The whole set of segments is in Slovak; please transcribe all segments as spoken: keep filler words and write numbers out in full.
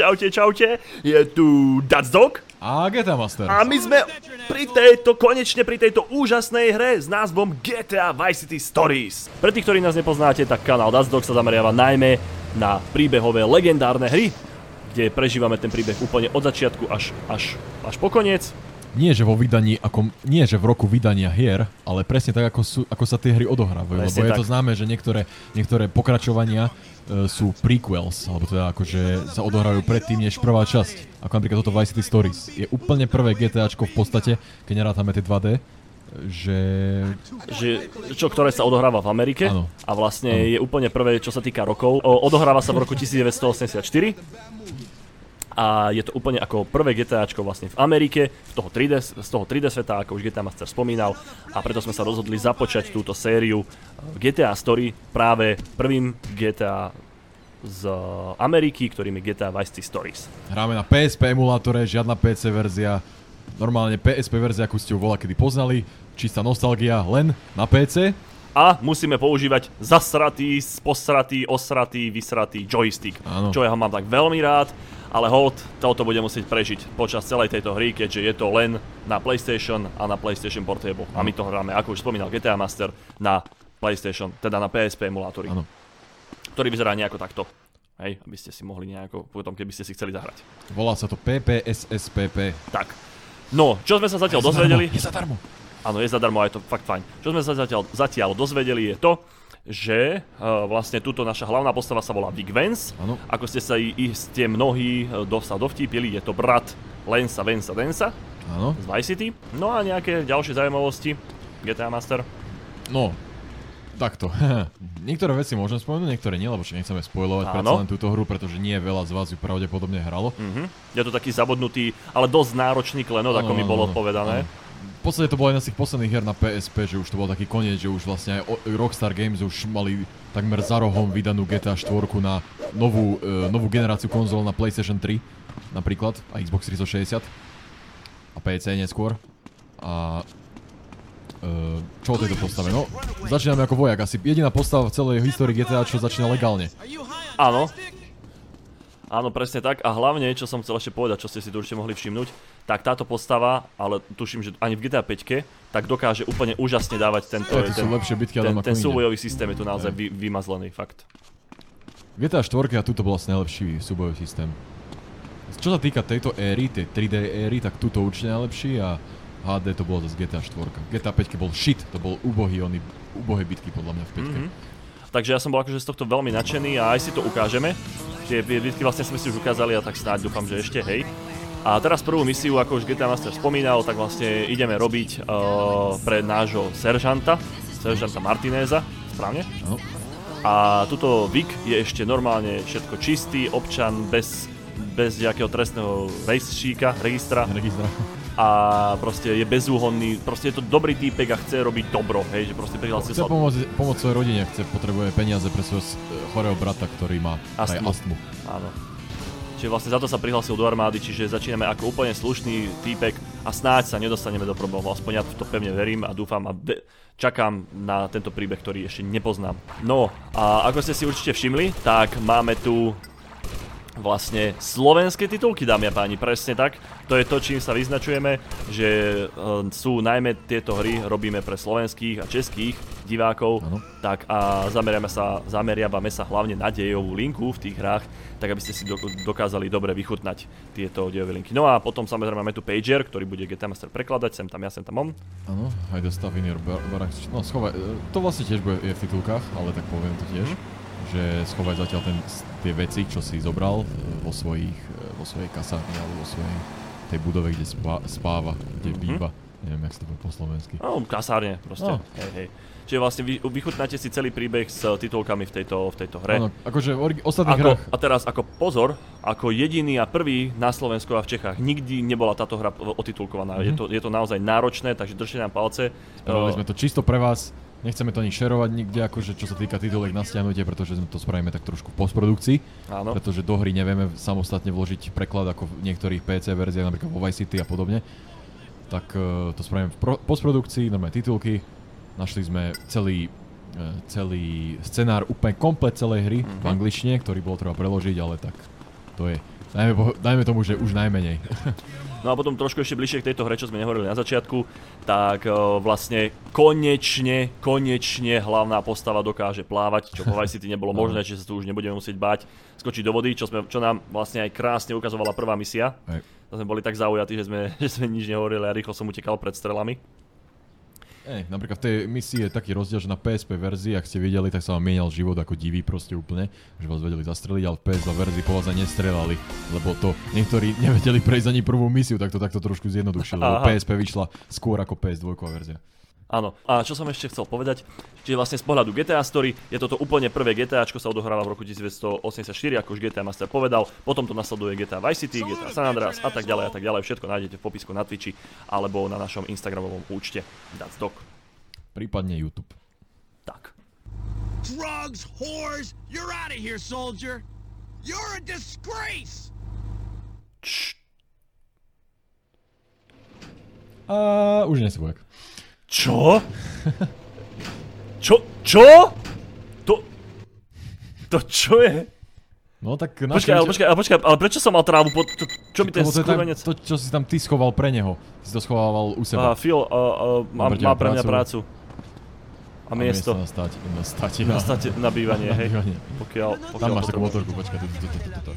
čaute, čaute. Je tu Dacdog. A gé té á Master. A my sme pri tejto, konečne pri tejto úžasnej hre s názvom gé té á Vice City Stories. Pre tých, ktorí nás nepoznáte, tak kanál Dacdog sa zameriava najmä na príbehové legendárne hry, kde prežívame ten príbeh úplne od začiatku až, až, až po koniec. Nie, že vo vydaní, ako, nie, že v roku vydania hier, ale presne tak, ako, sú, ako sa tie hry odohrávajú. Presne lebo je tak. To známe, že niektoré, niektoré pokračovania e, sú prequels, alebo teda akože sa odohrávajú predtým, než prvá časť. Ako napríklad toto Vice City Stories. Je úplne prvé GTAčko v podstate, keď nerátame tie dva dé, že... že... Čo, ktoré sa odohráva v Amerike. Ano. A vlastne ano. Je úplne prvé, čo sa týka rokov. O, odohráva sa v roku devätnásťstoosemdesiatštyri. A je to úplne ako prvé GTAčko vlastne v Amerike, z toho tri dé, z toho tri dé sveta, ako už gé té á Master spomínal. A preto sme sa rozhodli započať túto sériu gé té á Story práve prvým gé té á z Ameriky, ktorým je gé té á Vice City Stories. Hráme na pé es pé emulátore, žiadna pé cé verzia. Normálne pé es pé verzia, akú ste ju voľakedy poznali. Čistá nostalgia len na pé cé. A musíme používať zasratý, posratý, osratý, vysratý joystick. Áno. Čo ja ho mám tak veľmi rád. Ale hold, toto bude musieť prežiť počas celej tejto hry, keďže je to len na PlayStation a na PlayStation Portable. A my to hráme, ako už spomínal gé té á Master, na PlayStation, teda na pé es pé emulátory. Áno. Ktorý vyzerá nejako takto. Hej, aby ste si mohli nejako, potom keby ste si chceli zahrať. Volá sa to pé pé es es pé pé. Tak. No, čo sme sa zatiaľ je dozvedeli... Je zadarmo. Áno, je zadarmo a je to fakt fajn. Čo sme sa zatiaľ, zatiaľ dozvedeli je to, že uh, vlastne túto naša hlavná postava sa volá Vic Vance. Ano. Ako ste sa i, i ste mnohí uh, sa dovtípili, je to brat Lensa Vansa Dansa z Vice City. No a nejaké ďalšie zaujímavosti gé té á Master? No, takto. Niektoré veci môžem spomenúť, niektoré nie, lebo čo nechceme spoilovať predsa len túto hru, pretože nie veľa z vás ju pravdepodobne hralo. Uh-huh. Je to taký zabudnutý, ale dosť náročný klenot, ano, ako mi bolo ano, povedané. Ano. V podstate to bola jedna z tých posledných hier na pé es pé, že už to bol taký koniec, že už vlastne aj Rockstar Games už mali takmer za rohom vydanú gé té á štyri na novú, uh, novú generáciu konzol na PlayStation tri napríklad a Xbox tristošesťdesiat a pé cé neskôr. A uh, čo o tejto postave? No, začíname ako vojak, asi jediná postava v celej histórii gé té á, čo začína legálne. Áno. Áno, presne tak. A hlavne, čo som chcel ešte povedať, čo ste si tu určite mohli všimnúť, tak táto postava, ale tuším, že ani v gé té á päť, tak dokáže úplne úžasne dávať tento... Ja, ten, lepšie bitky, ten, ten súbojový systém je tu naozaj vy, vymazlený, fakt. gé té á štyri a tuto bol vlastne najlepší súbojový systém. Čo sa týka tejto éry, tej tri dé éry, tak tuto určite najlepší a há dé to bolo zase gé té á štyri. gé té á päť bol shit, to bol úbohý, oni úbohé bitky podľa mňa v päťke. Mm-hmm. Takže ja som bol akože z tohto veľmi nadšený a aj si to ukážeme. Tie bitky vlastne sme si už ukázali a tak snáď dúfam, že ešte, hej. A teraz prvú misiu, ako už gé té á Master spomínal, tak vlastne ideme robiť uh, pre nášho seržanta, seržanta Martineza, správne? No. A tuto Vic je ešte normálne všetko čistý, občan, bez, bez nejakého trestného rejstříka, registra. Registra. A proste je bezúhonný, proste je to dobrý týpek a chce robiť dobro, hej, že proste prihlásil sa... Chce pomôcť, pomôcť svojej rodine, chce, potrebuje peniaze pre svojho chorého brata, ktorý má astmu. astmu. Áno. Čiže vlastne za to sa prihlásil do armády, čiže začíname ako úplne slušný týpek a snáď sa nedostaneme do problémov, aspoň ja to pevne verím a dúfam a de- čakám na tento príbeh, ktorý ešte nepoznám. No a ako ste si určite všimli, tak máme tu vlastne slovenské titulky, dámy a páni, presne tak. To je to, čím sa vyznačujeme, že uh, sú najmä tieto hry robíme pre slovenských a českých divákov, ano. Tak a zameriame sa, zameriavame sa hlavne na dejovú linku v tých hrách, tak aby ste si do, dokázali dobre vychutnať tieto dejové linky. No a potom samozrejme máme tu pager, ktorý bude gé té á Master prekladať, sem tam ja, sem tam on. Áno, aj the stuff in your barracks. No schovaj, to vlastne tiež bude je v titulkách, ale tak poviem to tiež. Mm. Že schovať zatiaľ ten, tie veci, čo si zobral vo, svojich, vo svojej kasárni alebo vo svojej tej budove, kde spá, spáva, kde mm-hmm. býva. Neviem, jak sa to bude po slovensky. No, kasárne proste. No. Hej, hej. Čiže vlastne vy, vychutnáte si celý príbeh s titulkami v tejto, v tejto hre. Áno, akože v ostatných ako, hrách. A teraz ako pozor, ako jediný a prvý na Slovensku a v Čechách nikdy nebola táto hra otitulkovaná. Mm-hmm. Je, to, je to naozaj náročné, takže držte nám palce. Spravili uh, sme to čisto pre vás. Nechceme to ani šerovať nikde, akože čo sa týka titulek na stiahnutie, pretože to spravíme tak trošku v postprodukcii. Áno. Pretože do hry nevieme samostatne vložiť preklad ako v niektorých pé cé verziách, napríklad vo Vice City a podobne. Tak uh, to spravíme v pro- postprodukcii, normálne titulky. Našli sme celý, uh, celý scenár, úplne komplet celej hry mm-hmm. v angličtine, ktorý bolo treba preložiť, ale tak to je Dajme, dajme tomu, že už najmenej. No a potom trošku ešte bližšie k tejto hre, čo sme nehovorili na začiatku, tak uh, vlastne konečne, konečne hlavná postava dokáže plávať, čo po Vice City nebolo možné, čiže sa tu už nebudeme musieť báť skočiť do vody, čo, sme, čo nám vlastne aj krásne ukazovala prvá misia. Hej. To sme boli tak zaujatí, že sme, že sme nič nehovorili a rýchlo som utekal pred strelami. Ej, napríklad v tej misii je taký rozdiel, že na pé es pé verzii, ak ste videli, tak sa vám mienial život ako divý proste úplne, že vás vedeli zastreliť, ale v pé es dva verzii po vás aj nestrelali, lebo to niektorí nevedeli prejsť ani prvú misiu, tak to takto trošku zjednodušili, lebo pé es pé vyšla skôr ako pé es dva verzia. Áno, a čo som ešte chcel povedať, čiže vlastne z pohľadu G T A Story je toto úplne prvé GTAčko, sa odohráva v roku devätnásťstoosemdesiatštyri, ako už G T A Master povedal, potom to nasleduje G T A Vice City, G T A San Andreas a tak ďalej a tak ďalej, všetko nájdete v popisku na Twitchi alebo na našom Instagramovom účte That's Dog. Prípadne YouTube. Tak. Drugs, whores, you're out of here, soldier. You're a disgrace. Čš. A už nie si vojak. Čo? Čo? Čo? To... To čo je? No tak... Počkaj, ale počkaj, ale počkaj, ale prečo som mal trávu pod... To, čo mi ten skurvenec... To, čo si tam ty schoval pre neho. Si to schovával u seba. Aha, Phil uh, uh, má, má pre mňa prácu. A miesto. A miesto na státe. Na státe. Na státe, na bývanie, hej. Pokiaľ, pokiaľ... Tam máš takú motorku, počkaj, tu, tu, tu, tu, tu.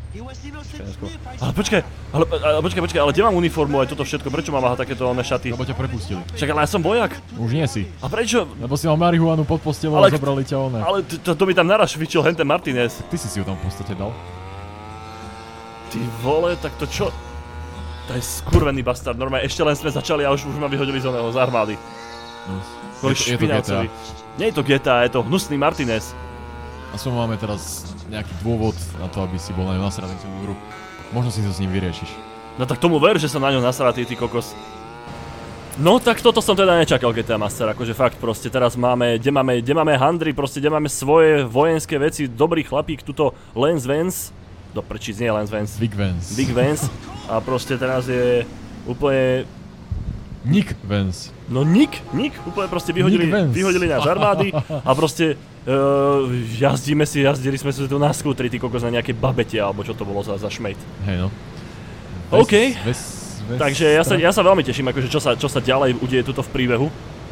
Ale počkaj, ale, ale počkaj, počkaj, ale kde mám uniformu aj toto všetko? Prečo mám aha takéto oné šaty? Lebo ťa prepustili. Však ale ja som vojak. Už nie si. A prečo? Lebo si mal marihuanu pod postelou a zobrali ťa oné. Ale to, to mi tam naraz švičil henten Martinez. Ty si si ju tam v podstate dal. Ty vole, tak to čo? To je skurvený bastard, normálne ešte len sme začali a už, už ma vyhodili z oného, z armády. No, Kvôli špinavcovi. Nie je to G T A, je to hnusný Martinez. A som máme teraz nejaký dôvod na to, aby si bol na ňu nasratý celú hru. Možno si to s ním vyriešiš. No tak tomu ver, že som na ňo nasratý, ty kokos. No tak toto som teda nečakal G T A Master, akože fakt proste teraz máme, kde máme, kde máme handry, proste kde máme svoje vojenské veci, dobrý chlapík, tuto Lance Vance, do prčíc nie Lance Vance. Big Vance. Big Vance a proste teraz je úplne... Nick Vance. No Nick, Nick, úplne proste vyhodili, vyhodili nás armády a proste uh, jazdíme si, jazdili sme si tu na skútri, ty kokos na nejaké babete, alebo čo to bolo za, za šmejt. Hej no. OK, ves, ves, takže ja sa, ja sa veľmi teším, akože čo sa, čo sa ďalej udeje tuto v príbehu.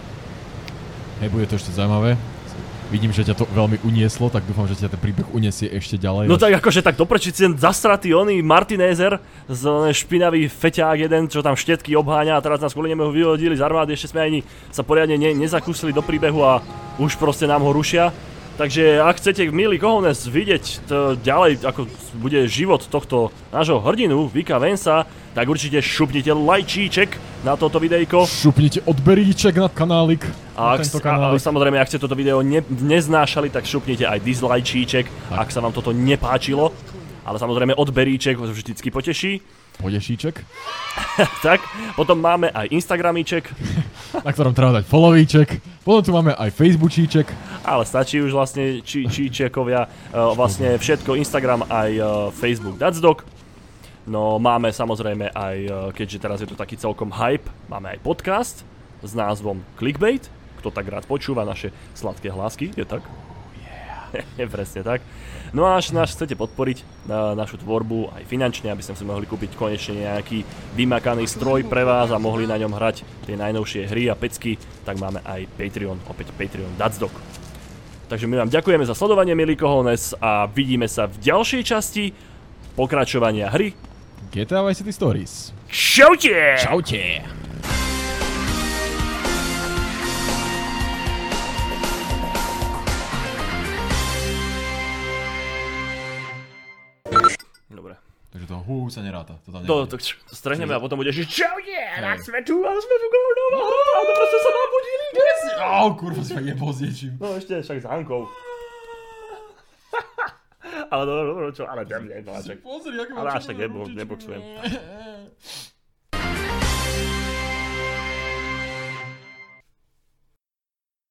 Hej, bude to ešte zaujímavé. Vidím, že ťa to veľmi unieslo, tak dúfam, že ťa ten príbeh uniesie ešte ďalej. No tak akože tak doprčiť si ten zastratý oný Martinézer, špinavý feťák jeden, čo tam štetky obháňa a teraz nás kvôli nemu vyhodili z armády, ešte sme ani sa poriadne ne, nezakúsili do príbehu a už proste nám ho rušia. Takže ak chcete, milí Cojones, vidieť to ďalej, ako bude život tohto nášho hrdinu, Vicka Vansa, tak určite šupnite lajčíček na toto videjko. Šupnite odberíček na kanálik. A, ak, a samozrejme, ak ste toto video ne, neznášali, tak šupnite aj dislajčíček, ak sa vám toto nepáčilo. Ale samozrejme odberíček ho vždycky poteší. Potešíček. Tak, potom máme aj Instagramíček. Na ktorom treba dať followíček. Potom tu máme aj Facebookíček. Ale stačí už vlastne či, číčekovia, uh, vlastne všetko, Instagram aj uh, Facebook That's Dog. No máme samozrejme aj, uh, keďže teraz je to taký celkom hype, máme aj podcast s názvom Clickbait. Kto tak rád počúva naše sladké hlásky, je tak? Je presne tak. No a až nás chcete podporiť na našu tvorbu aj finančne, aby sme si mohli kúpiť konečne nejaký vymakaný stroj pre vás a mohli na ňom hrať tie najnovšie hry a pecky, tak máme aj Patreon, opäť Patreon That's Dog. Takže my vám ďakujeme za sledovanie, milí Cojones, a vidíme sa v ďalšej časti pokračovania hry G T A Vice City Stories. Čaute! Čaute! Dobre. Takže to hú sa neráta. To tam to, to, to strehneme a potom budeš čaute, tak sme tu, ale sme tu Cojonová hra, ale proste sa nabudili dnes. Au, kurva, si ma jebol s niečím. No ešte však s Hankou. Ale dobro, dobro, čo, ale ne, ne, ne, Pozri, ako ale až tak neboxujem.